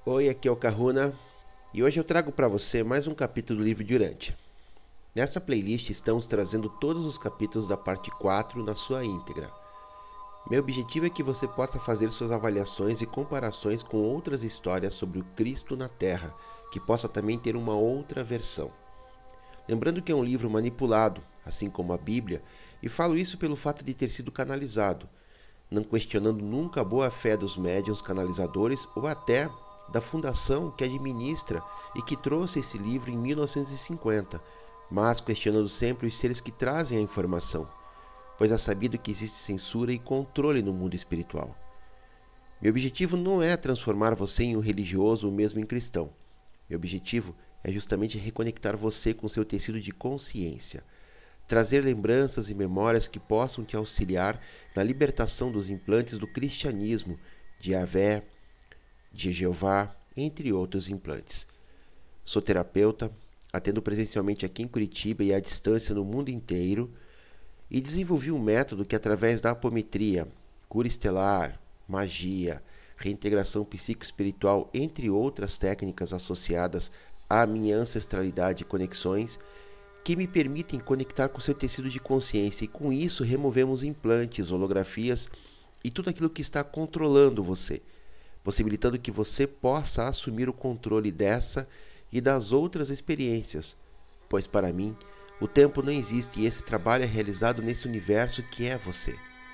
Oi, aqui é o Kahuna e hoje eu trago para você mais um capítulo do livro de Urântia. Nessa playlist estamos trazendo todos os capítulos da parte 4 na sua íntegra. Meu objetivo é que você possa fazer suas avaliações e comparações com outras histórias sobre o Cristo na Terra, que possa também ter uma outra versão. Lembrando que é um livro manipulado, assim como a Bíblia, e falo isso pelo fato de ter sido canalizado, não questionando nunca a boa-fé dos médiuns canalizadores ou até da fundação que administra e que trouxe esse livro em 1950, mas questionando sempre os seres que trazem a informação, pois é sabido que existe censura e controle no mundo espiritual. Meu objetivo não é transformar você em um religioso ou mesmo em cristão. Meu objetivo é justamente reconectar você com seu tecido de consciência, trazer lembranças e memórias que possam te auxiliar na libertação dos implantes do cristianismo, de Yahvé, de Jeová, entre outros implantes. Sou terapeuta, atendo presencialmente aqui em Curitiba e à distância no mundo inteiro, e desenvolvi um método que, através da apometria, cura estelar, magia, reintegração psicoespiritual, entre outras técnicas associadas à minha ancestralidade e conexões, que me permitem conectar com seu tecido de consciência e com isso removemos implantes, holografias e tudo aquilo que está controlando você, possibilitando que você possa assumir o controle dessa e das outras experiências, pois para mim o tempo não existe e esse trabalho é realizado nesse universo que é você.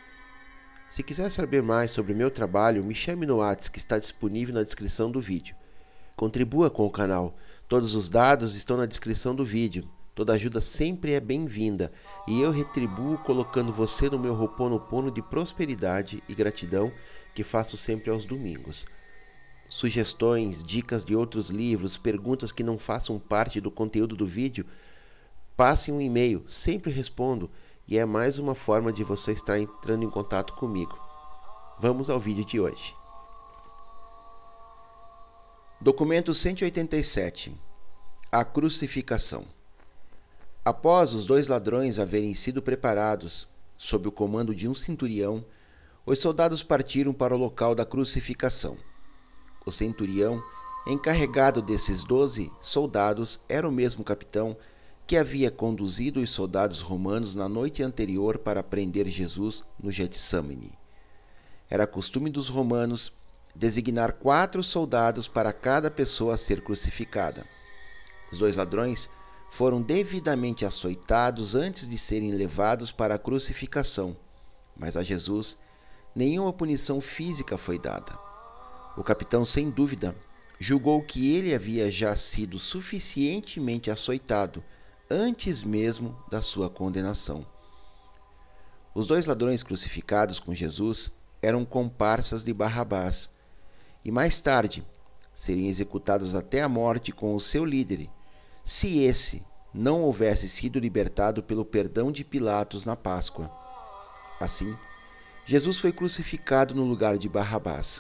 Se quiser saber mais sobre o meu trabalho, me chame no WhatsApp que está disponível na descrição do vídeo. Contribua com o canal, todos os dados estão na descrição do vídeo. Toda ajuda sempre é bem-vinda e eu retribuo colocando você no meu Ho'oponopono de prosperidade e gratidão que faço sempre aos domingos. Sugestões, dicas de outros livros, perguntas que não façam parte do conteúdo do vídeo, passe um e-mail, sempre respondo e é mais uma forma de você estar entrando em contato comigo. Vamos ao vídeo de hoje. Documento 187. A crucificação. Após os dois ladrões haverem sido preparados, sob o comando de um centurião, os soldados partiram para o local da crucificação. O centurião, encarregado desses 12 soldados, era o mesmo capitão que havia conduzido os soldados romanos na noite anterior para prender Jesus no Getsemane. Era costume dos romanos designar 4 soldados para cada pessoa a ser crucificada. Os dois ladrões foram devidamente açoitados antes de serem levados para a crucificação, mas a Jesus nenhuma punição física foi dada. O capitão, sem dúvida, julgou que ele havia já sido suficientemente açoitado antes mesmo da sua condenação. Os dois ladrões crucificados com Jesus eram comparsas de Barrabás e mais tarde seriam executados até a morte com o seu líder, se esse não houvesse sido libertado pelo perdão de Pilatos na Páscoa. Assim, Jesus foi crucificado no lugar de Barrabás.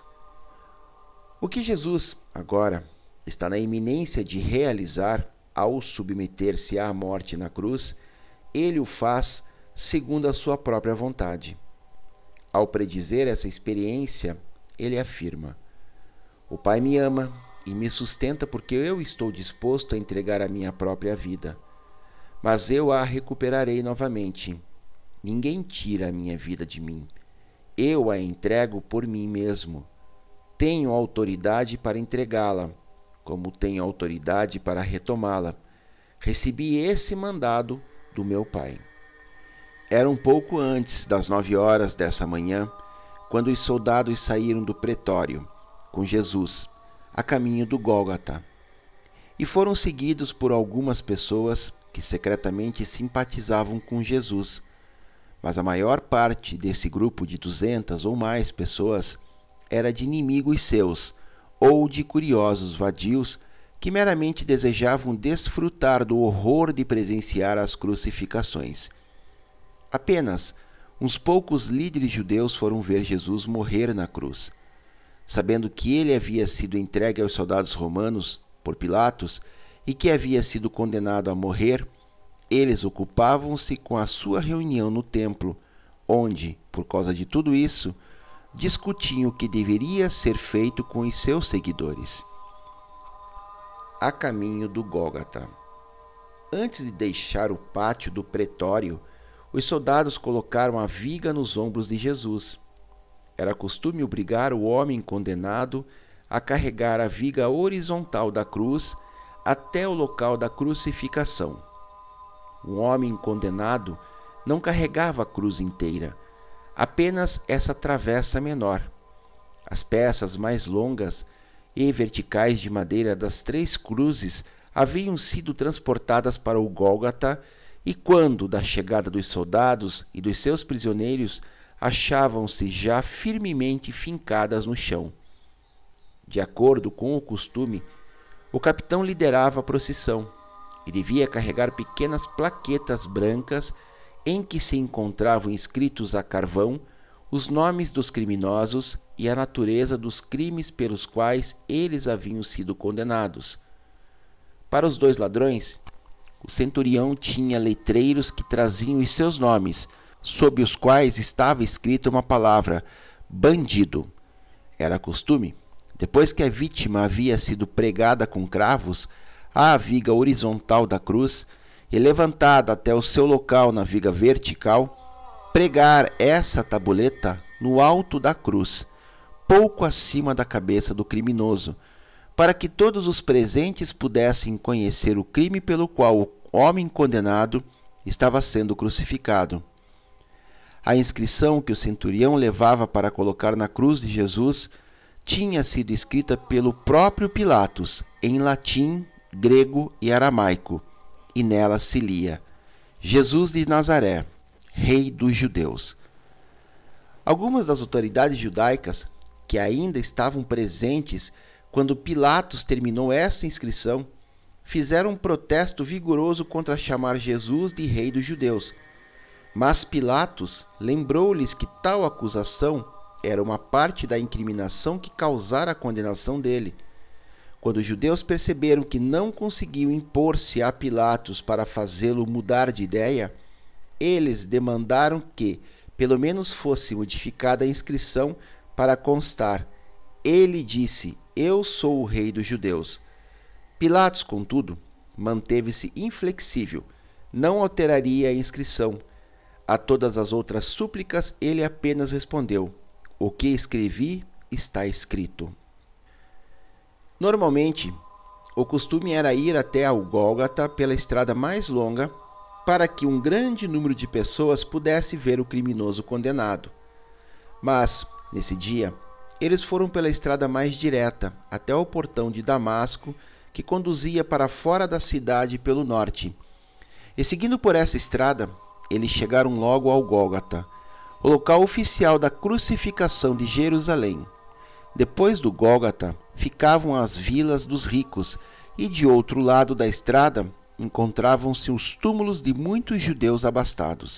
O que Jesus, agora, está na iminência de realizar ao submeter-se à morte na cruz, ele o faz segundo a sua própria vontade. Ao predizer essa experiência, ele afirma: "O Pai me ama e me sustenta porque eu estou disposto a entregar a minha própria vida. Mas eu a recuperarei novamente. Ninguém tira a minha vida de mim. Eu a entrego por mim mesmo. Tenho autoridade para entregá-la, como tenho autoridade para retomá-la. Recebi esse mandado do meu Pai." Era um pouco antes das 9 horas dessa manhã, quando os soldados saíram do pretório, com Jesus, a caminho do Gólgota, e foram seguidos por algumas pessoas que secretamente simpatizavam com Jesus, mas a maior parte desse grupo de 200 ou mais pessoas era de inimigos seus ou de curiosos vadios que meramente desejavam desfrutar do horror de presenciar as crucificações. Apenas uns poucos líderes judeus foram ver Jesus morrer na cruz. Sabendo que ele havia sido entregue aos soldados romanos por Pilatos e que havia sido condenado a morrer, eles ocupavam-se com a sua reunião no templo, onde, por causa de tudo isso, discutiam o que deveria ser feito com os seus seguidores. a caminho do Gólgota. Antes de deixar o pátio do pretório, os soldados colocaram a viga nos ombros de Jesus. Era costume obrigar o homem condenado a carregar a viga horizontal da cruz até o local da crucificação. O homem condenado não carregava a cruz inteira, apenas essa travessa menor. As peças mais longas e verticais de madeira das 3 cruzes haviam sido transportadas para o Gólgota e quando da chegada dos soldados e dos seus prisioneiros achavam-se já firmemente fincadas no chão. De acordo com o costume, o capitão liderava a procissão e devia carregar pequenas plaquetas brancas em que se encontravam inscritos a carvão os nomes dos criminosos e a natureza dos crimes pelos quais eles haviam sido condenados. Para os 2 ladrões, o centurião tinha letreiros que traziam os seus nomes, sob os quais estava escrita uma palavra: bandido. Era costume, depois que a vítima havia sido pregada com cravos à viga horizontal da cruz e levantada até o seu local na viga vertical, pregar essa tabuleta no alto da cruz, pouco acima da cabeça do criminoso, para que todos os presentes pudessem conhecer o crime pelo qual o homem condenado estava sendo crucificado. A inscrição que o centurião levava para colocar na cruz de Jesus tinha sido escrita pelo próprio Pilatos, em latim, grego e aramaico, e nela se lia: Jesus de Nazaré, Rei dos Judeus. Algumas das autoridades judaicas, que ainda estavam presentes quando Pilatos terminou essa inscrição, fizeram um protesto vigoroso contra chamar Jesus de Rei dos Judeus. Mas Pilatos lembrou-lhes que tal acusação era uma parte da incriminação que causara a condenação dele. Quando os judeus perceberam que não conseguiam impor-se a Pilatos para fazê-lo mudar de ideia, eles demandaram que, pelo menos, fosse modificada a inscrição para constar: ele disse, eu sou o rei dos judeus. Pilatos, contudo, manteve-se inflexível, não alteraria a inscrição. A todas as outras súplicas ele apenas respondeu: o que escrevi está escrito. Normalmente, o costume era ir até ao Gólgota pela estrada mais longa para que um grande número de pessoas pudesse ver o criminoso condenado. Mas, nesse dia, eles foram pela estrada mais direta até o portão de Damasco, que conduzia para fora da cidade pelo norte. E seguindo por essa estrada, eles chegaram logo ao Gólgota, o local oficial da crucificação de Jerusalém. Depois do Gólgota ficavam as vilas dos ricos, e de outro lado da estrada encontravam-se os túmulos de muitos judeus abastados.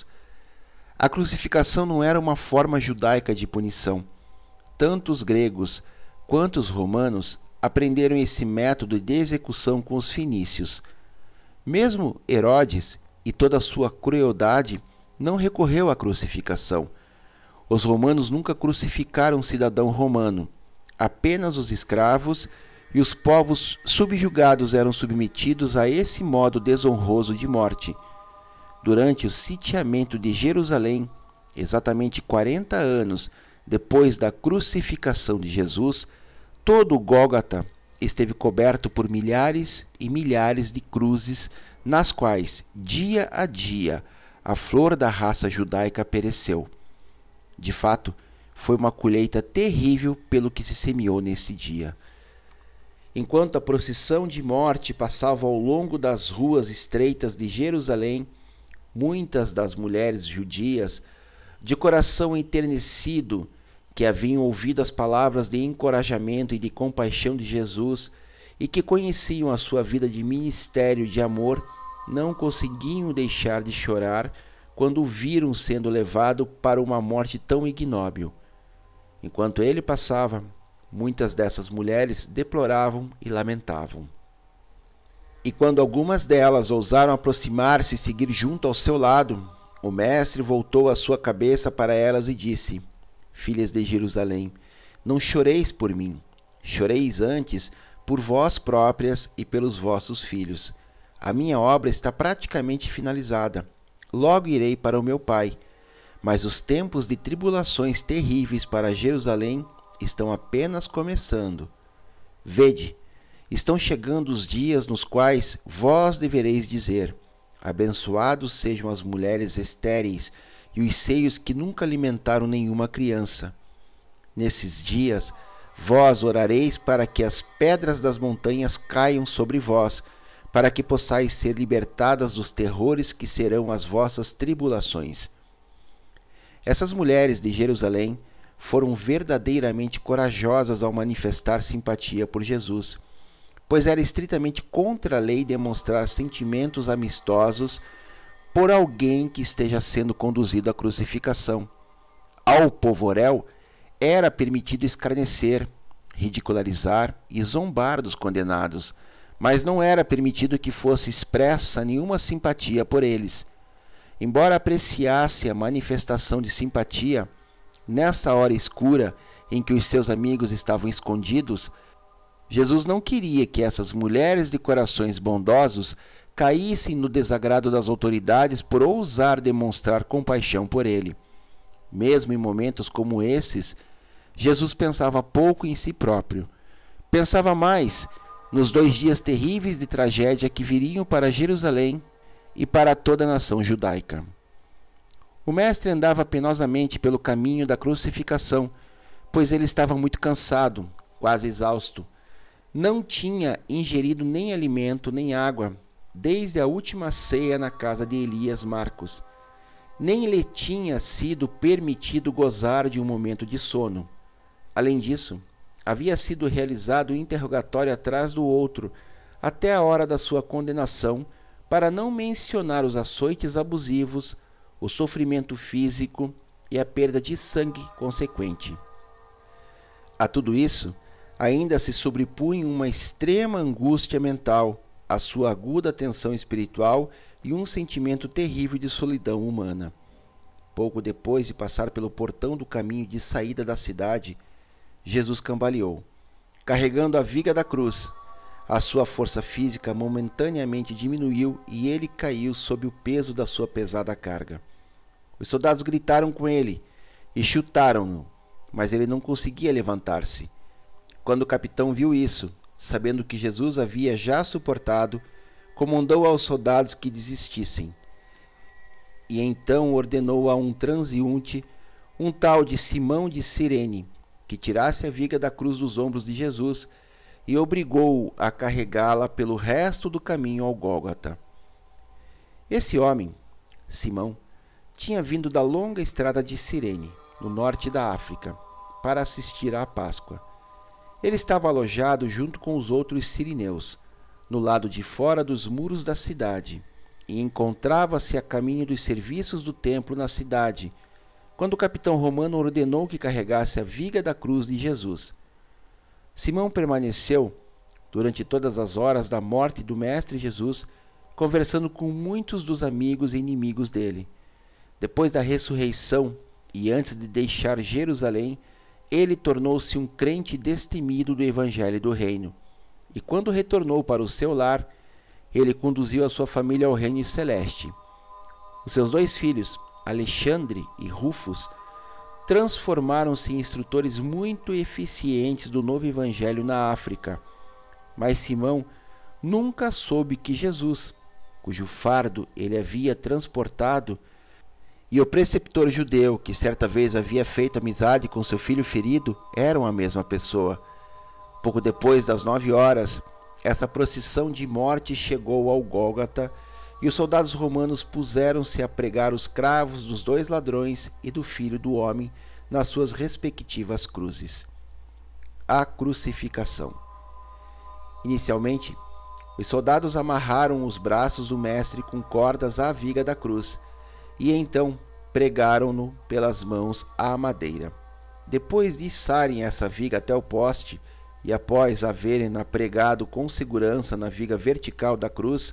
A crucificação não era uma forma judaica de punição. Tanto os gregos quanto os romanos aprenderam esse método de execução com os fenícios. Mesmo Herodes e toda a sua crueldade não recorreu à crucificação. Os romanos nunca crucificaram um cidadão romano. Apenas os escravos e os povos subjugados eram submetidos a esse modo desonroso de morte. Durante o sitiamento de Jerusalém, exatamente 40 anos depois da crucificação de Jesus, todo o Gólgota esteve coberto por milhares e milhares de cruzes, nas quais, dia a dia, a flor da raça judaica pereceu. De fato, foi uma colheita terrível pelo que se semeou nesse dia. Enquanto a procissão de morte passava ao longo das ruas estreitas de Jerusalém, muitas das mulheres judias, de coração enternecido, que haviam ouvido as palavras de encorajamento e de compaixão de Jesus e que conheciam a sua vida de ministério de amor, não conseguiam deixar de chorar quando o viram sendo levado para uma morte tão ignóbil. Enquanto ele passava, muitas dessas mulheres deploravam e lamentavam. E quando algumas delas ousaram aproximar-se e seguir junto ao seu lado, o mestre voltou a sua cabeça para elas e disse: Filhas de Jerusalém, não choreis por mim, choreis antes por vós próprias e pelos vossos filhos. A minha obra está praticamente finalizada. Logo irei para o meu Pai. Mas os tempos de tribulações terríveis para Jerusalém estão apenas começando. Vede, estão chegando os dias nos quais vós devereis dizer: abençoados sejam as mulheres estéreis e os seios que nunca alimentaram nenhuma criança. Nesses dias, vós orareis para que as pedras das montanhas caiam sobre vós, para que possais ser libertadas dos terrores que serão as vossas tribulações. Essas mulheres de Jerusalém foram verdadeiramente corajosas ao manifestar simpatia por Jesus, pois era estritamente contra a lei demonstrar sentimentos amistosos por alguém que esteja sendo conduzido à crucificação. Ao povoréu era permitido escarnecer, ridicularizar e zombar dos condenados, mas não era permitido que fosse expressa nenhuma simpatia por eles. Embora apreciasse a manifestação de simpatia, nessa hora escura em que os seus amigos estavam escondidos, Jesus não queria que essas mulheres de corações bondosos caíssem no desagrado das autoridades por ousar demonstrar compaixão por ele. Mesmo em momentos como esses, Jesus pensava pouco em si próprio. Pensava mais nos 2 dias terríveis de tragédia que viriam para Jerusalém e para toda a nação judaica. O mestre andava penosamente pelo caminho da crucificação, pois ele estava muito cansado, quase exausto. Não tinha ingerido nem alimento nem água desde a última ceia na casa de Elias Marcos. Nem lhe tinha sido permitido gozar de um momento de sono. Além disso, havia sido realizado um interrogatório atrás do outro, até a hora da sua condenação, para não mencionar os açoites abusivos, o sofrimento físico e a perda de sangue consequente. A tudo isso, ainda se sobrepunha uma extrema angústia mental, a sua aguda tensão espiritual e um sentimento terrível de solidão humana. Pouco depois de passar pelo portão do caminho de saída da cidade, Jesus cambaleou, carregando a viga da cruz. A sua força física momentaneamente diminuiu e ele caiu sob o peso da sua pesada carga. Os soldados gritaram com ele e chutaram-no, mas ele não conseguia levantar-se. Quando o capitão viu isso, sabendo que Jesus havia já suportado, comandou aos soldados que desistissem. E então ordenou a um transeunte, um tal de Simão de Cirene, que tirasse a viga da cruz dos ombros de Jesus e obrigou-o a carregá-la pelo resto do caminho ao Gólgota. Esse homem, Simão, tinha vindo da longa estrada de Cirene, no norte da África, para assistir à Páscoa. Ele estava alojado junto com os outros sirineus, no lado de fora dos muros da cidade, e encontrava-se a caminho dos serviços do templo na cidade, quando o capitão romano ordenou que carregasse a viga da cruz de Jesus. Simão permaneceu, durante todas as horas da morte do Mestre Jesus, conversando com muitos dos amigos e inimigos dele. Depois da ressurreição e antes de deixar Jerusalém, ele tornou-se um crente destemido do Evangelho do Reino. E quando retornou para o seu lar, ele conduziu a sua família ao reino celeste. Os seus 2 filhos, Alexandre e Rufus, transformaram-se em instrutores muito eficientes do novo evangelho na África. Mas Simão nunca soube que Jesus, cujo fardo ele havia transportado, e o preceptor judeu, que certa vez havia feito amizade com seu filho ferido, eram a mesma pessoa. Pouco depois das 9 horas, essa procissão de morte chegou ao Gólgota, e os soldados romanos puseram-se a pregar os cravos dos 2 ladrões e do Filho do Homem nas suas respectivas cruzes. A crucificação. Inicialmente, os soldados amarraram os braços do mestre com cordas à viga da cruz e então pregaram-no pelas mãos à madeira. Depois de içarem essa viga até o poste e após haverem-na pregado com segurança na viga vertical da cruz,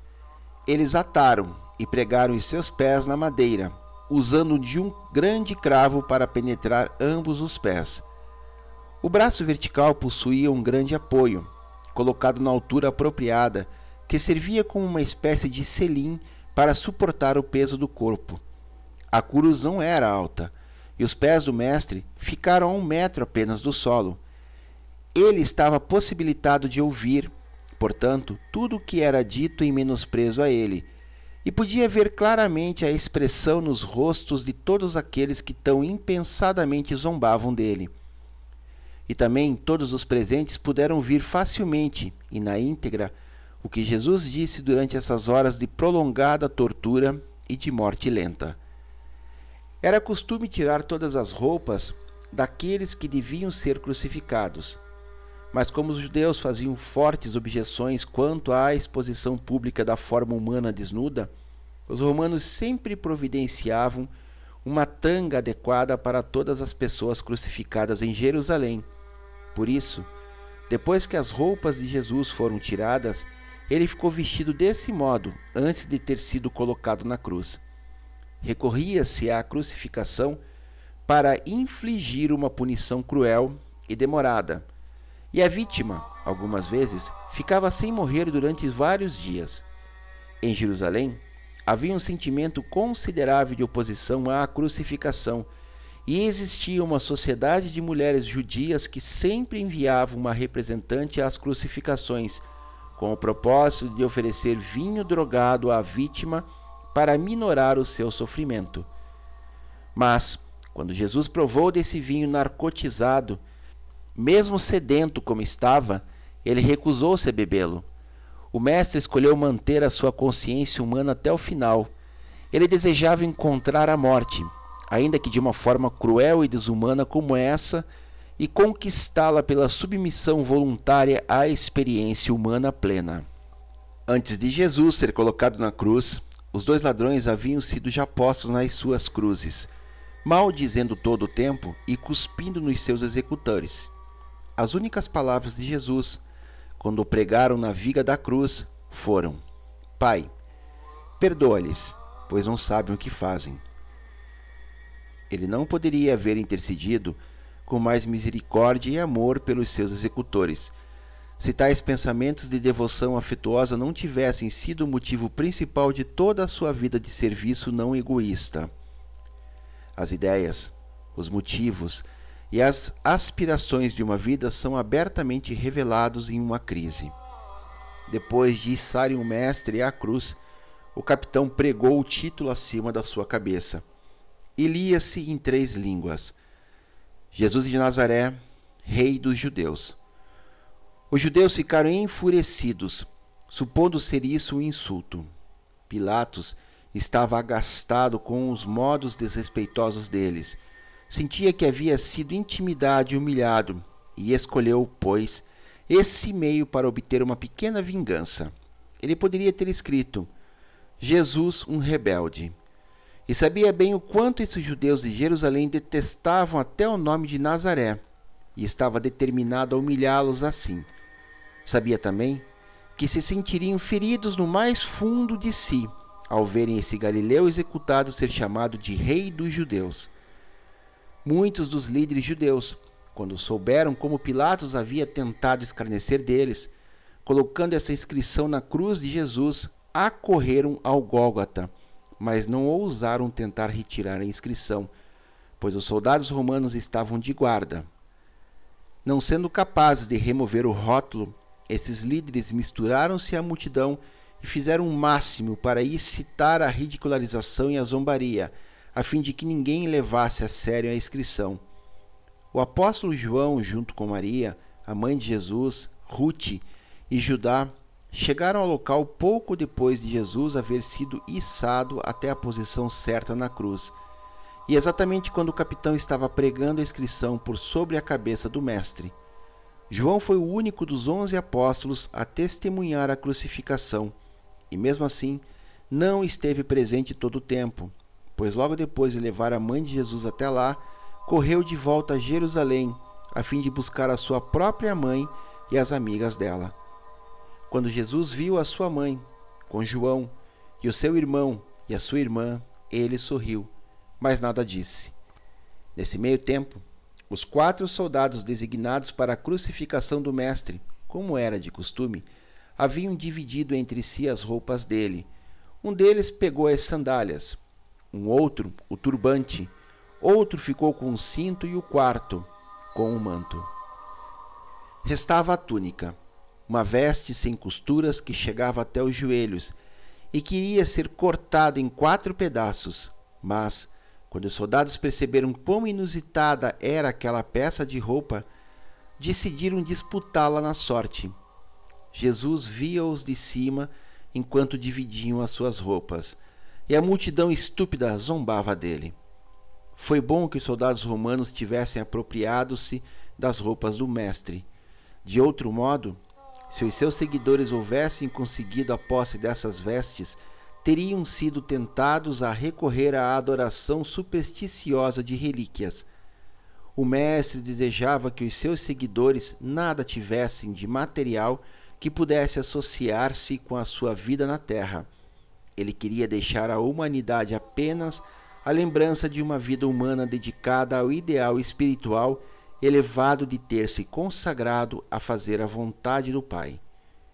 eles ataram e pregaram os seus pés na madeira, usando de um grande cravo para penetrar ambos os pés. O braço vertical possuía um grande apoio, colocado na altura apropriada, que servia como uma espécie de selim para suportar o peso do corpo. A cruz não era alta, e os pés do mestre ficaram a 1 metro apenas do solo. Ele estava possibilitado de ouvir, portanto, tudo o que era dito em menosprezo a ele, e podia ver claramente a expressão nos rostos de todos aqueles que tão impensadamente zombavam dele. E também todos os presentes puderam ouvir facilmente e na íntegra o que Jesus disse durante essas horas de prolongada tortura e de morte lenta. Era costume tirar todas as roupas daqueles que deviam ser crucificados, mas como os judeus faziam fortes objeções quanto à exposição pública da forma humana desnuda, os romanos sempre providenciavam uma tanga adequada para todas as pessoas crucificadas em Jerusalém. Por isso, depois que as roupas de Jesus foram tiradas, ele ficou vestido desse modo antes de ter sido colocado na cruz. Recorria-se à crucificação para infligir uma punição cruel e demorada, e a vítima, algumas vezes, ficava sem morrer durante vários dias. Em Jerusalém, havia um sentimento considerável de oposição à crucificação, e existia uma sociedade de mulheres judias que sempre enviavam uma representante às crucificações, com o propósito de oferecer vinho drogado à vítima para minorar o seu sofrimento. Mas, quando Jesus provou desse vinho narcotizado, mesmo sedento como estava, ele recusou-se a bebê-lo. O mestre escolheu manter a sua consciência humana até o final. Ele desejava encontrar a morte, ainda que de uma forma cruel e desumana como essa, e conquistá-la pela submissão voluntária à experiência humana plena. Antes de Jesus ser colocado na cruz, os 2 ladrões haviam sido já postos nas suas cruzes, maldizendo todo o tempo e cuspindo nos seus executores. As únicas palavras de Jesus, quando o pregaram na viga da cruz, foram: Pai, perdoa-lhes, pois não sabem o que fazem. Ele não poderia haver intercedido com mais misericórdia e amor pelos seus executores, se tais pensamentos de devoção afetuosa não tivessem sido o motivo principal de toda a sua vida de serviço não egoísta. As ideias, os motivos e as aspirações de uma vida são abertamente revelados em uma crise. Depois de içarem o mestre à cruz, o capitão pregou o título acima da sua cabeça, e lia-se em 3 línguas: Jesus de Nazaré, Rei dos Judeus. Os judeus ficaram enfurecidos, supondo ser isso um insulto. Pilatos estava agastado com os modos desrespeitosos deles. Sentia que havia sido intimidado e humilhado, e escolheu, pois, esse meio para obter uma pequena vingança. Ele poderia ter escrito: Jesus, um rebelde. E sabia bem o quanto esses judeus de Jerusalém detestavam até o nome de Nazaré, e estava determinado a humilhá-los assim. Sabia também que se sentiriam feridos no mais fundo de si, ao verem esse galileu executado ser chamado de Rei dos Judeus. Muitos dos líderes judeus, quando souberam como Pilatos havia tentado escarnecer deles, colocando essa inscrição na cruz de Jesus, acorreram ao Gólgota, mas não ousaram tentar retirar a inscrição, pois os soldados romanos estavam de guarda. Não sendo capazes de remover o rótulo, esses líderes misturaram-se à multidão e fizeram o máximo para excitar a ridicularização e a zombaria, a fim de que ninguém levasse a sério a inscrição. O apóstolo João, junto com Maria, a mãe de Jesus, Ruth e Judá, chegaram ao local pouco depois de Jesus haver sido içado até a posição certa na cruz, e exatamente quando o capitão estava pregando a inscrição por sobre a cabeça do mestre. João foi o único dos 11 apóstolos a testemunhar a crucificação, e mesmo assim não esteve presente todo o tempo, pois logo depois de levar a mãe de Jesus até lá, correu de volta a Jerusalém, a fim de buscar a sua própria mãe e as amigas dela. Quando Jesus viu a sua mãe, com João, e o seu irmão e a sua irmã, ele sorriu, mas nada disse. Nesse meio tempo, os 4 soldados designados para a crucificação do mestre como era de costume, haviam dividido entre si as roupas dele. Um deles pegou as sandálias, um outro o turbante, outro ficou com o cinto e o quarto com o manto. Restava a túnica, uma veste sem costuras que chegava até os joelhos e queria ser cortada em 4 pedaços, mas, quando os soldados perceberam quão inusitada era aquela peça de roupa, decidiram disputá-la na sorte. Jesus via-os de cima enquanto dividiam as suas roupas, e a multidão estúpida zombava dele. Foi bom que os soldados romanos tivessem apropriado-se das roupas do mestre. De outro modo, se os seus seguidores houvessem conseguido a posse dessas vestes, teriam sido tentados a recorrer à adoração supersticiosa de relíquias. O mestre desejava que os seus seguidores nada tivessem de material que pudesse associar-se com a sua vida na terra. Ele queria deixar à humanidade apenas a lembrança de uma vida humana dedicada ao ideal espiritual elevado de ter se consagrado a fazer a vontade do Pai.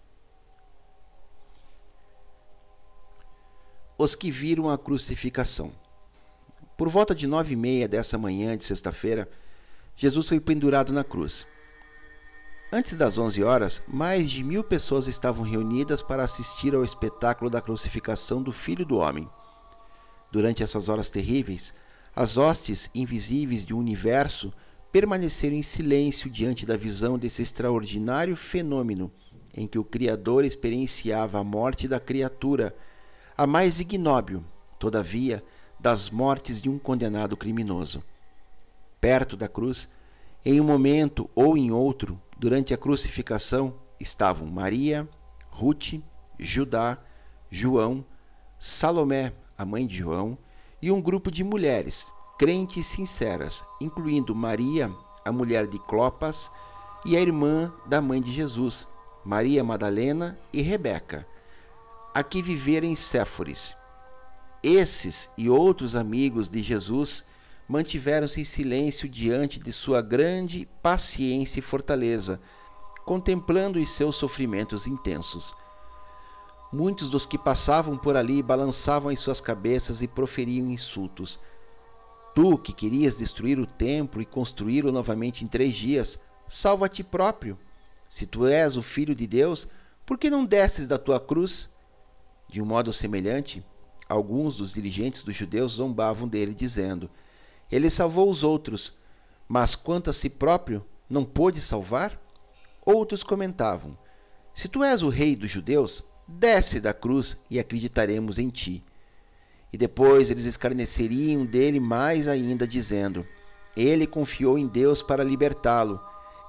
Os que viram a crucificação. Por volta de 9h30 dessa manhã de sexta-feira, Jesus foi pendurado na cruz. Antes das 11 horas, mais de 1.000 pessoas estavam reunidas para assistir ao espetáculo da crucificação do Filho do Homem. Durante essas horas terríveis, as hostes invisíveis de um universo permaneceram em silêncio diante da visão desse extraordinário fenômeno em que o Criador experienciava a morte da criatura, a mais ignóbil, todavia, das mortes de um condenado criminoso. Perto da cruz, em um momento ou em outro, durante a crucificação, estavam Maria, Ruth, Judá, João, Salomé, a mãe de João, e um grupo de mulheres, crentes sinceras, incluindo Maria, a mulher de Clopas, e a irmã da mãe de Jesus, Maria Madalena e Rebeca, a que vivera em Séforis. Esses e outros amigos de Jesus mantiveram-se em silêncio diante de sua grande paciência e fortaleza, contemplando os seus sofrimentos intensos. Muitos dos que passavam por ali balançavam as suas cabeças e proferiam insultos. Tu, que querias destruir o templo e construí-lo novamente em 3 dias, salva a ti próprio. Se tu és o Filho de Deus, por que não desces da tua cruz? De um modo semelhante, alguns dos dirigentes dos judeus zombavam dele, dizendo: Ele salvou os outros, mas quanto a si próprio, não pôde salvar? Outros comentavam: Se tu és o rei dos judeus, desce da cruz e acreditaremos em ti. E depois eles escarneceriam dele mais ainda, dizendo: Ele confiou em Deus para libertá-lo.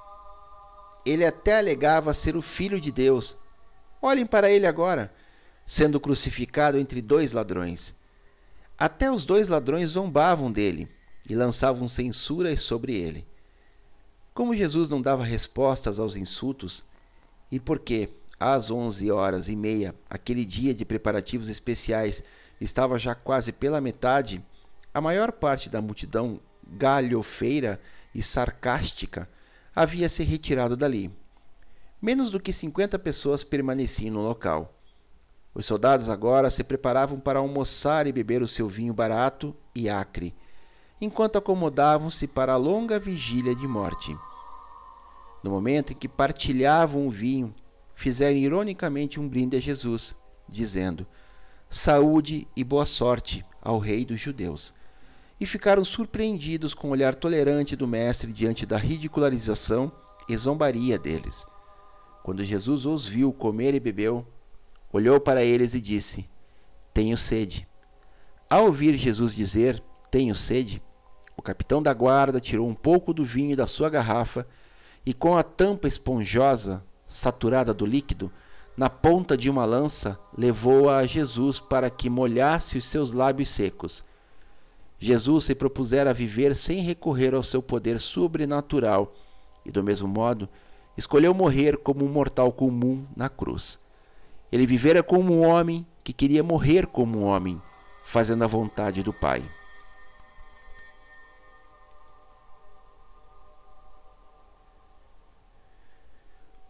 Ele até alegava ser o Filho de Deus. Olhem para ele agora, sendo crucificado entre 2 ladrões. Até os 2 ladrões zombavam dele e lançavam censuras sobre ele. Como Jesus não dava respostas aos insultos, e porque às 11h30, aquele dia de preparativos especiais, estava já quase pela metade, a maior parte da multidão galhofeira e sarcástica havia se retirado dali. Menos do que 50 pessoas permaneciam no local. Os soldados agora se preparavam para almoçar e beber o seu vinho barato e acre, enquanto acomodavam-se para a longa vigília de morte. No momento em que partilhavam o vinho, fizeram ironicamente um brinde a Jesus, dizendo: Saúde e boa sorte ao rei dos judeus. E ficaram surpreendidos com o olhar tolerante do mestre diante da ridicularização e zombaria deles. Quando Jesus os viu comer e bebeu, olhou para eles e disse: Tenho sede. Ao ouvir Jesus dizer: Tenho sede, o capitão da guarda tirou um pouco do vinho da sua garrafa e, com a tampa esponjosa, saturada do líquido, na ponta de uma lança, levou-a a Jesus para que molhasse os seus lábios secos. Jesus se propusera a viver sem recorrer ao seu poder sobrenatural e, do mesmo modo, escolheu morrer como um mortal comum na cruz. Ele vivera como um homem que queria morrer como um homem, fazendo a vontade do Pai.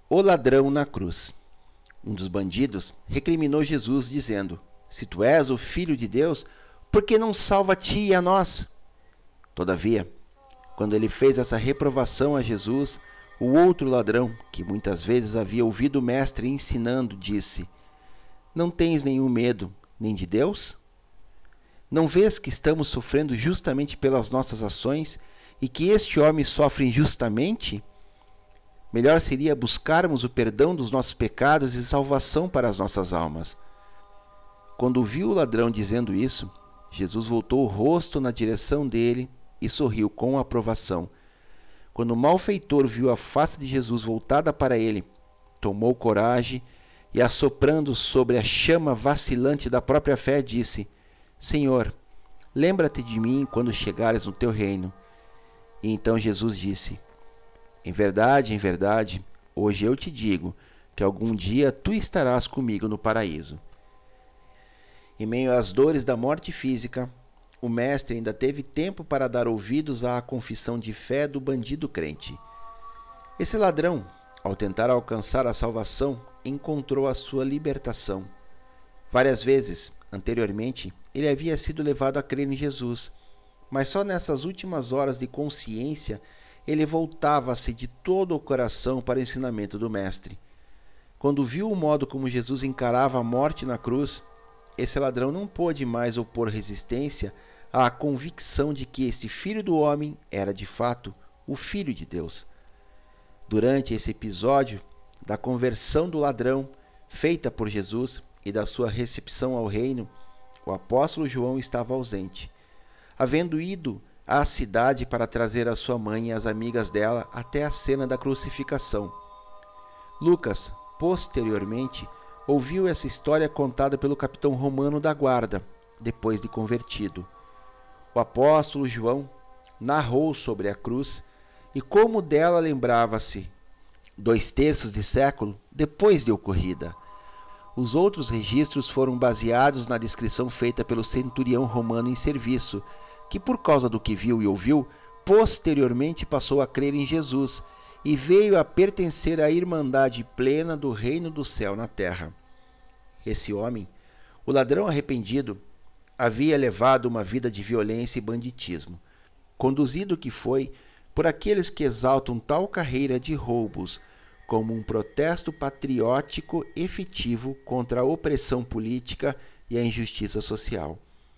O ladrão na cruz. Um dos bandidos recriminou Jesus, dizendo: Se tu és o Filho de Deus, por que não salva a ti e a nós? Todavia, quando ele fez essa reprovação a Jesus, o outro ladrão, que muitas vezes havia ouvido o mestre ensinando, disse: Não tens nenhum medo, nem de Deus? Não vês que estamos sofrendo justamente pelas nossas ações e que este homem sofre injustamente? Melhor seria buscarmos o perdão dos nossos pecados e salvação para as nossas almas. Quando viu o ladrão dizendo isso, Jesus voltou o rosto na direção dele e sorriu com aprovação. Quando o malfeitor viu a face de Jesus voltada para ele, tomou coragem e, assoprando sobre a chama vacilante da própria fé, disse: Senhor, lembra-te de mim quando chegares no teu reino. E então Jesus disse: em verdade, hoje eu te digo que algum dia tu estarás comigo no paraíso. Em meio às dores da morte física, o mestre ainda teve tempo para dar ouvidos à confissão de fé do bandido crente. Esse ladrão, ao tentar alcançar a salvação, encontrou a sua libertação. Várias vezes, anteriormente, ele havia sido levado a crer em Jesus, mas só nessas últimas horas de consciência ele voltava-se de todo o coração para o ensinamento do mestre. Quando viu o modo como Jesus encarava a morte na cruz, esse ladrão não pôde mais opor resistência à convicção de que este Filho do Homem era, de fato, o Filho de Deus. Durante esse episódio da conversão do ladrão, feita por Jesus, e da sua recepção ao reino, o apóstolo João estava ausente, havendo ido à cidade para trazer a sua mãe e as amigas dela até a cena da crucificação. Lucas, posteriormente, ouviu essa história contada pelo capitão romano da guarda, depois de convertido. O apóstolo João narrou sobre a cruz e como dela lembrava-se 2/3 de século depois de ocorrida. Os outros registros foram baseados na descrição feita pelo centurião romano em serviço, que por causa do que viu e ouviu, posteriormente passou a crer em Jesus e veio a pertencer à irmandade plena do reino do céu na terra. Esse homem, o ladrão arrependido, havia levado uma vida de violência e banditismo, conduzido que foi por aqueles que exaltam tal carreira de roubos como um protesto patriótico efetivo contra a opressão política e a injustiça social.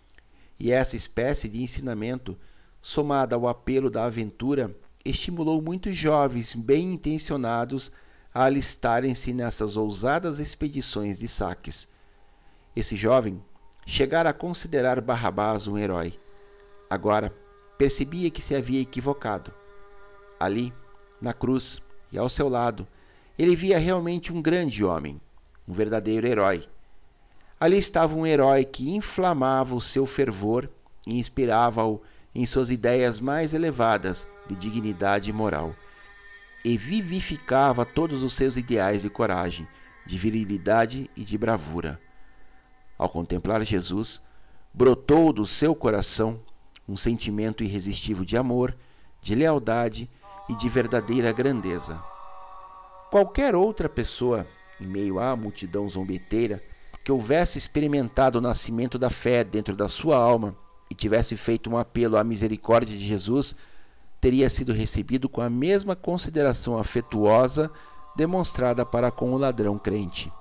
E essa espécie de ensinamento, somada ao apelo da aventura, estimulou muitos jovens bem-intencionados a alistarem-se nessas ousadas expedições de saques. Esse jovem chegara a considerar Barrabás um herói. Agora, percebia que se havia equivocado. Ali, na cruz e ao seu lado, ele via realmente um grande homem, um verdadeiro herói. Ali estava um herói que inflamava o seu fervor e inspirava-o em suas ideias mais elevadas de dignidade moral, e vivificava todos os seus ideais de coragem, de virilidade e de bravura. Ao contemplar Jesus, brotou do seu coração um sentimento irresistível de amor, de lealdade e de verdadeira grandeza. Qualquer outra pessoa, em meio à multidão zombeteira, que houvesse experimentado o nascimento da fé dentro da sua alma e tivesse feito um apelo à misericórdia de Jesus, teria sido recebido com a mesma consideração afetuosa demonstrada para com o ladrão crente.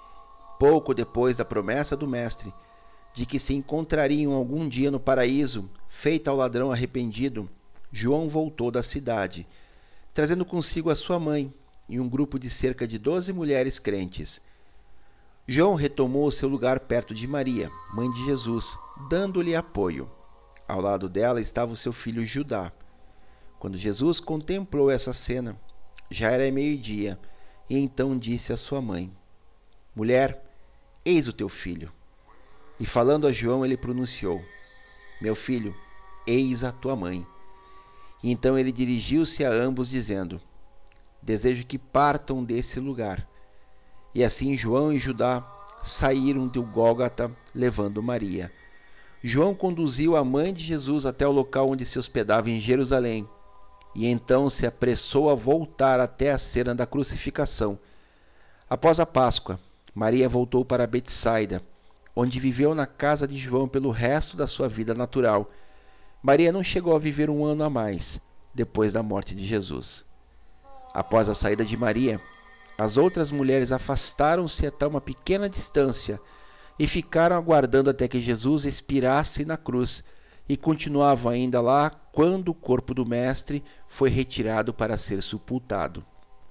Pouco depois da promessa do Mestre de que se encontrariam algum dia no paraíso, feita ao ladrão arrependido, João voltou da cidade, trazendo consigo a sua mãe e um grupo de cerca de 12 mulheres crentes. João retomou seu lugar perto de Maria, mãe de Jesus, dando-lhe apoio. Ao lado dela estava o seu filho Judá. Quando Jesus contemplou essa cena, já era meio-dia, e então disse à sua mãe: Mulher, eis o teu filho. E falando a João, ele pronunciou: Meu filho, eis a tua mãe. E então ele dirigiu-se a ambos, dizendo: Desejo que partam desse lugar. E assim João e Judá saíram do Gólgota, levando Maria. João conduziu a mãe de Jesus até o local onde se hospedava em Jerusalém. e então se apressou a voltar até a cena da crucificação. Após a Páscoa, Maria voltou para Betsaida, onde viveu na casa de João pelo resto da sua vida natural. Maria não chegou a viver 1 ano a mais, depois da morte de Jesus. Após a saída de Maria, as outras mulheres afastaram-se até uma pequena distância e ficaram aguardando até que Jesus expirasse na cruz, e continuavam ainda lá quando o corpo do Mestre foi retirado para ser sepultado.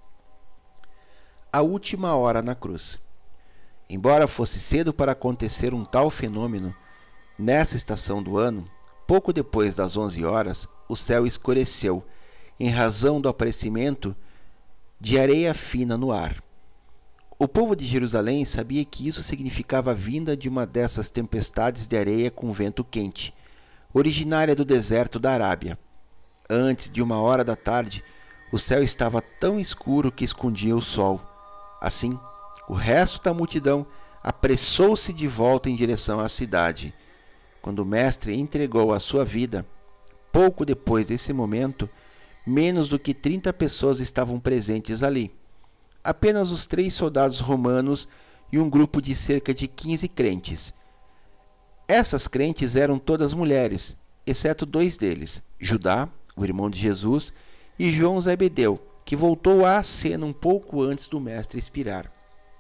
A última hora na cruz. Embora fosse cedo para acontecer um tal fenômeno, nessa estação do ano, pouco depois das 11 horas, o céu escureceu, em razão do aparecimento de areia fina no ar. O povo de Jerusalém sabia que isso significava a vinda de uma dessas tempestades de areia com vento quente, originária do deserto da Arábia. Antes de 1 hora da tarde, o céu estava tão escuro que escondia o sol. Assim, o resto da multidão apressou-se de volta em direção à cidade. Quando o Mestre entregou a sua vida, pouco depois desse momento, menos do que 30 pessoas estavam presentes ali. Apenas os 3 soldados romanos e um grupo de cerca de 15 crentes. Essas crentes eram todas mulheres, exceto 2 deles, Judá, o irmão de Jesus, e João Zebedeu, que voltou à cena um pouco antes do Mestre expirar.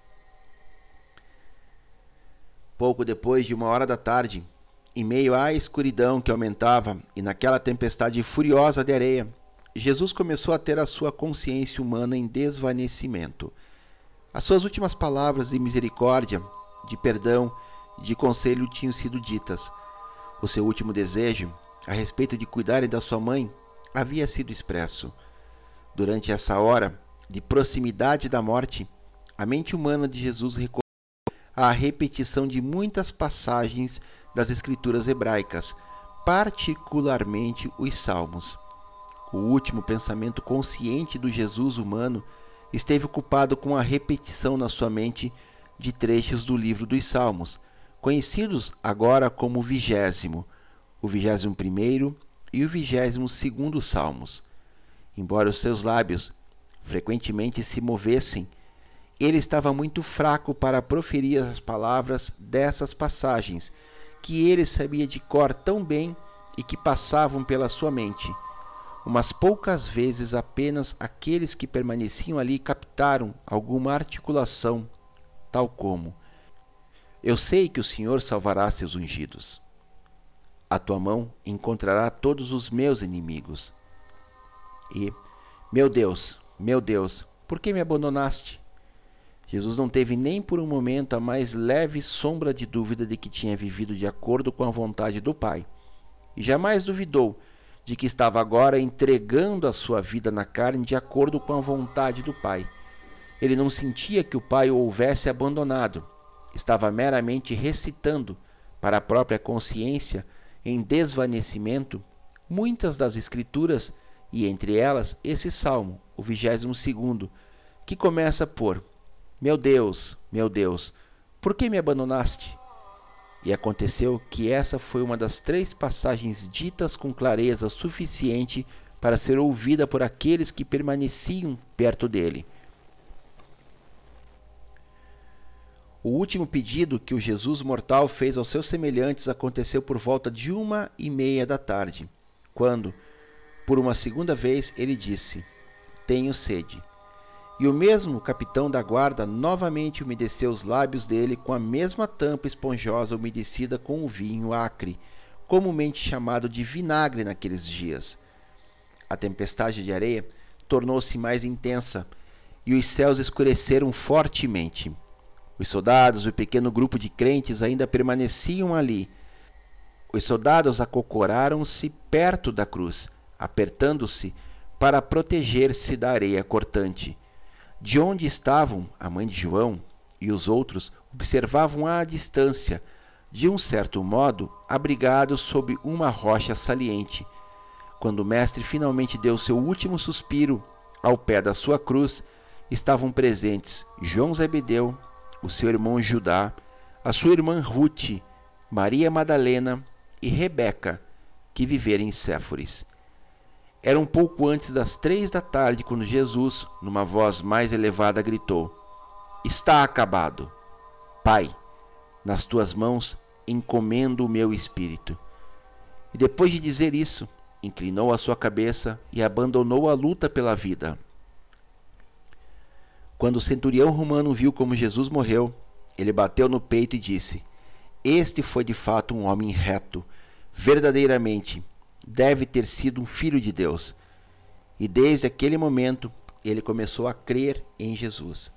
Pouco depois de 1 hora da tarde, em meio à escuridão que aumentava e naquela tempestade furiosa de areia, Jesus começou a ter a sua consciência humana em desvanecimento. As suas últimas palavras de misericórdia, de perdão e de conselho tinham sido ditas. O seu último desejo, a respeito de cuidarem da sua mãe, havia sido expresso. Durante essa hora de proximidade da morte, a mente humana de Jesus recorreu à repetição de muitas passagens das Escrituras hebraicas, particularmente os Salmos. O último pensamento consciente do Jesus humano esteve ocupado com a repetição na sua mente de trechos do livro dos Salmos, conhecidos agora como o 20º, o 21º e o 22º Salmos. Embora os seus lábios frequentemente se movessem, ele estava muito fraco para proferir as palavras dessas passagens, que ele sabia de cor tão bem e que passavam pela sua mente. Umas poucas vezes apenas aqueles que permaneciam ali captaram alguma articulação, tal como: Eu sei que o Senhor salvará seus ungidos. A tua mão encontrará todos os meus inimigos. E, meu Deus, por que me abandonaste? Jesus não teve nem por um momento a mais leve sombra de dúvida de que tinha vivido de acordo com a vontade do Pai, e jamais duvidou de que estava agora entregando a sua vida na carne de acordo com a vontade do Pai. Ele não sentia que o Pai o houvesse abandonado, estava meramente recitando para a própria consciência, em desvanecimento, muitas das Escrituras, e entre elas esse Salmo, o 22º, que começa por: Meu Deus, por que me abandonaste? E aconteceu que essa foi uma das 3 passagens ditas com clareza suficiente para ser ouvida por aqueles que permaneciam perto dele. O último pedido que o Jesus mortal fez aos seus semelhantes aconteceu por volta de 1h30 da tarde, quando, por uma segunda vez, ele disse: Tenho sede. E o mesmo capitão da guarda novamente umedeceu os lábios dele com a mesma tampa esponjosa umedecida com o vinho acre, comumente chamado de vinagre naqueles dias. A tempestade de areia tornou-se mais intensa e os céus escureceram fortemente. Os soldados e o pequeno grupo de crentes ainda permaneciam ali. Os soldados acocoraram-se perto da cruz, apertando-se para proteger-se da areia cortante. De onde estavam a mãe de João e os outros observavam à distância, de um certo modo, abrigados sob uma rocha saliente. Quando o Mestre finalmente deu seu último suspiro ao pé da sua cruz, estavam presentes João Zebedeu, o seu irmão Judá, a sua irmã Ruth, Maria Madalena e Rebeca, que viveram em Séforis. Era um pouco antes das 3 da tarde quando Jesus, numa voz mais elevada, gritou: Está acabado. Pai, nas tuas mãos encomendo o meu espírito. E depois de dizer isso, inclinou a sua cabeça e abandonou a luta pela vida. Quando o centurião romano viu como Jesus morreu, ele bateu no peito e disse: Este foi de fato um homem reto, verdadeiramente deve ter sido um filho de Deus. E desde aquele momento ele começou a crer em Jesus.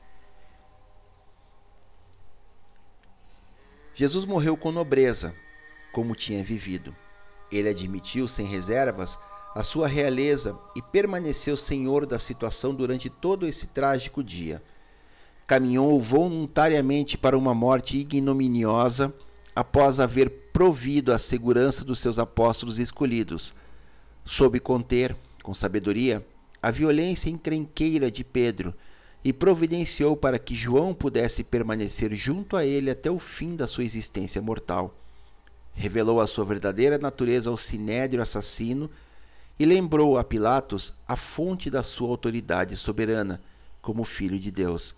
Jesus morreu com nobreza, como tinha vivido. Ele admitiu sem reservas a sua realeza e permaneceu senhor da situação durante todo esse trágico dia. Caminhou voluntariamente para uma morte ignominiosa após haver provido a segurança dos seus apóstolos escolhidos. Soube conter, com sabedoria, a violência encrenqueira de Pedro e providenciou para que João pudesse permanecer junto a ele até o fim da sua existência mortal. Revelou a sua verdadeira natureza ao sinédrio assassino e lembrou a Pilatos a fonte da sua autoridade soberana, como Filho de Deus.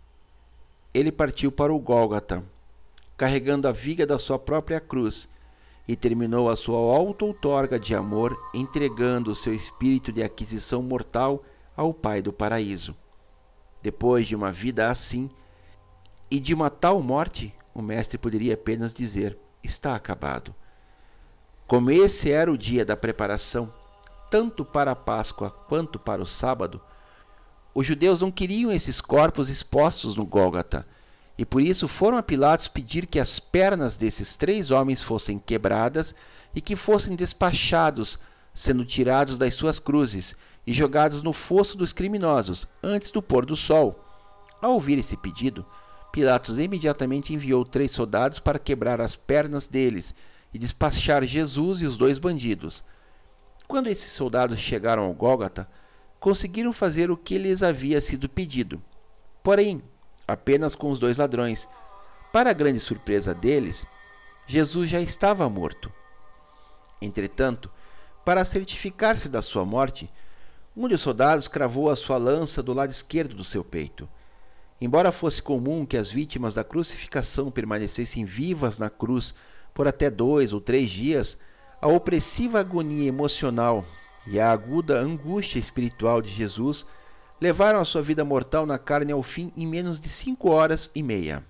Ele partiu para o Gólgota, carregando a viga da sua própria cruz, e terminou a sua auto-outorga de amor, entregando o seu espírito de aquisição mortal ao Pai do paraíso. Depois de uma vida assim, e de uma tal morte, o mestre poderia apenas dizer: está acabado. Como esse era o dia da preparação, tanto para a Páscoa quanto para o sábado, os judeus não queriam esses corpos expostos no Gólgota, e por isso foram a Pilatos pedir que as pernas desses 3 homens fossem quebradas e que fossem despachados, sendo tirados das suas cruzes e jogados no fosso dos criminosos, antes do pôr do sol. Ao ouvir esse pedido, Pilatos imediatamente enviou 3 soldados para quebrar as pernas deles e despachar Jesus e os 2 bandidos. Quando esses soldados chegaram ao Gólgota, conseguiram fazer o que lhes havia sido pedido, porém, apenas com os 2 ladrões. Para a grande surpresa deles, Jesus já estava morto. Entretanto, para certificar-se da sua morte, um dos soldados cravou a sua lança do lado esquerdo do seu peito. Embora fosse comum que as vítimas da crucificação permanecessem vivas na cruz por até 2 ou 3 dias, a opressiva agonia emocional e a aguda angústia espiritual de Jesus levaram a sua vida mortal na carne ao fim em menos de 5 horas e meia.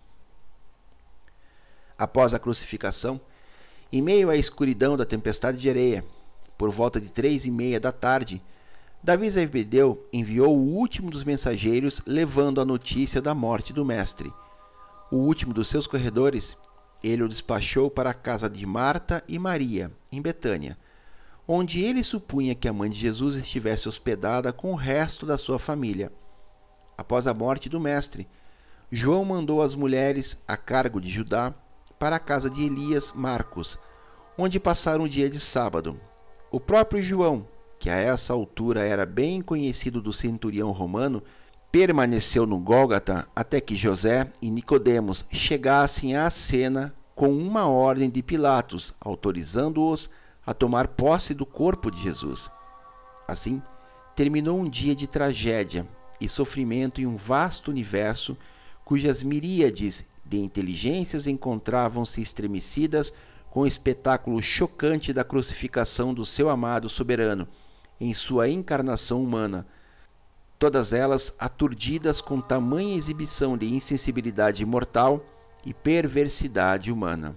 Após a crucificação, em meio à escuridão da tempestade de areia, por volta de 3:30 da tarde, Davi Zebedeu enviou o último dos mensageiros levando a notícia da morte do mestre. O último dos seus corredores, ele o despachou para a casa de Marta e Maria, em Betânia, onde ele supunha que a mãe de Jesus estivesse hospedada com o resto da sua família. Após a morte do mestre, João mandou as mulheres, a cargo de Judá, para a casa de Elias Marcos, onde passaram o dia de sábado. O próprio João, que a essa altura era bem conhecido do centurião romano, permaneceu no Gólgota até que José e Nicodemos chegassem à cena com uma ordem de Pilatos, autorizando-os a tomar posse do corpo de Jesus. Assim, terminou um dia de tragédia e sofrimento em um vasto universo cujas miríades de inteligências encontravam-se estremecidas com o espetáculo chocante da crucificação do seu amado soberano, em sua encarnação humana, todas elas aturdidas com tamanha exibição de insensibilidade mortal e perversidade humana.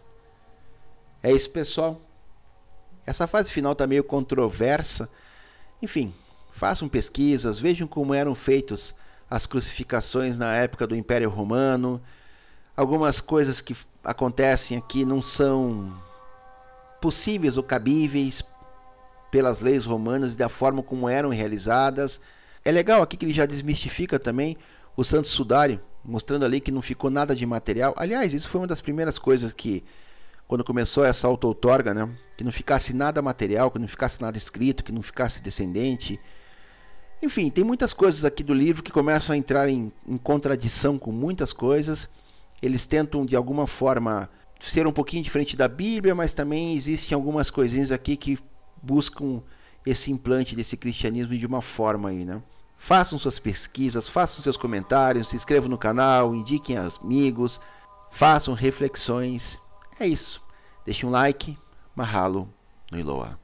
É isso, pessoal. Essa fase final está meio controversa. Enfim, façam pesquisas, vejam como eram feitas as crucificações na época do Império Romano. Algumas coisas que acontecem aqui não são possíveis ou cabíveis pelas leis romanas e da forma como eram realizadas. É legal aqui que ele já desmistifica também o Santo Sudário, mostrando ali que não ficou nada de material. Aliás, isso foi uma das primeiras coisas que, quando começou essa auto-outorga, né, que não ficasse nada material, que não ficasse nada escrito, que não ficasse descendente. Enfim, tem muitas coisas aqui do livro que começam a entrar em contradição com muitas coisas. Eles tentam, de alguma forma, ser um pouquinho diferente da Bíblia, mas também existem algumas coisinhas aqui que buscam esse implante desse cristianismo de uma forma aí, né? Façam suas pesquisas, façam seus comentários, se inscrevam no canal, indiquem amigos, façam reflexões. É isso. Deixe um like. Mahalo no Iloa.